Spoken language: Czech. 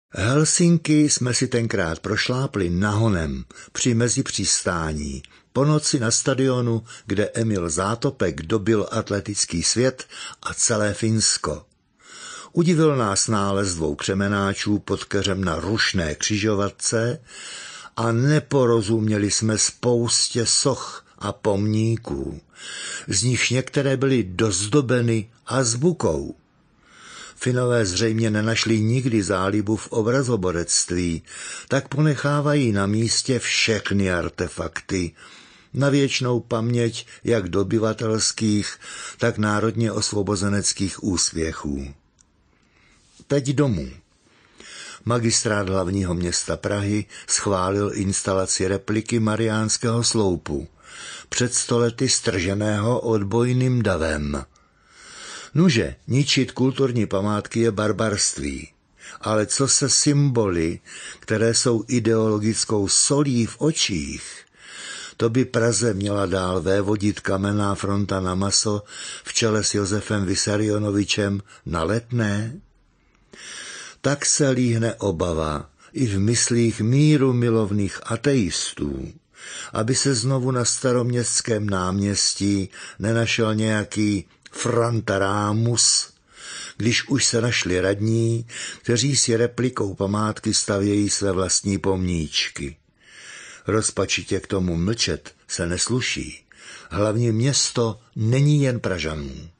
Helsinky jsme si tenkrát prošlápli nahonem při mezipřistání, po noci na stadionu, kde Emil Zátopek dobil atletický svět a celé Finsko. Udivil nás nález 2 křemenáčů pod keřem na rušné křižovatce a neporozuměli jsme spoustě soch a pomníků, z nichž některé byly dozdobeny azbukou. Finové zřejmě nenašli nikdy zálibu v obrazoborectví, tak ponechávají na místě všechny artefakty, na věčnou paměť jak dobyvatelských, tak národně osvobozeneckých úspěchů. Teď domů. Magistrát hlavního města Prahy schválil instalaci repliky Mariánského sloupu, před 100 lety strženého odbojným davem. Nuže, ničit kulturní památky je barbarství, ale co se symboly, které jsou ideologickou solí v očích, to by Praze měla dál vévodit Kamenná fronta na maso v čele s Josefem Vissarionovičem na Letné? Tak se líhne obava i v myslích míru milovných ateistů, aby se znovu na Staroměstském náměstí nenašel nějaký Frantarámus, když už se našli radní, kteří si replikou památky stavějí své vlastní pomníčky. Rozpačitě k tomu mlčet se nesluší. Hlavně město není jen Pražanů.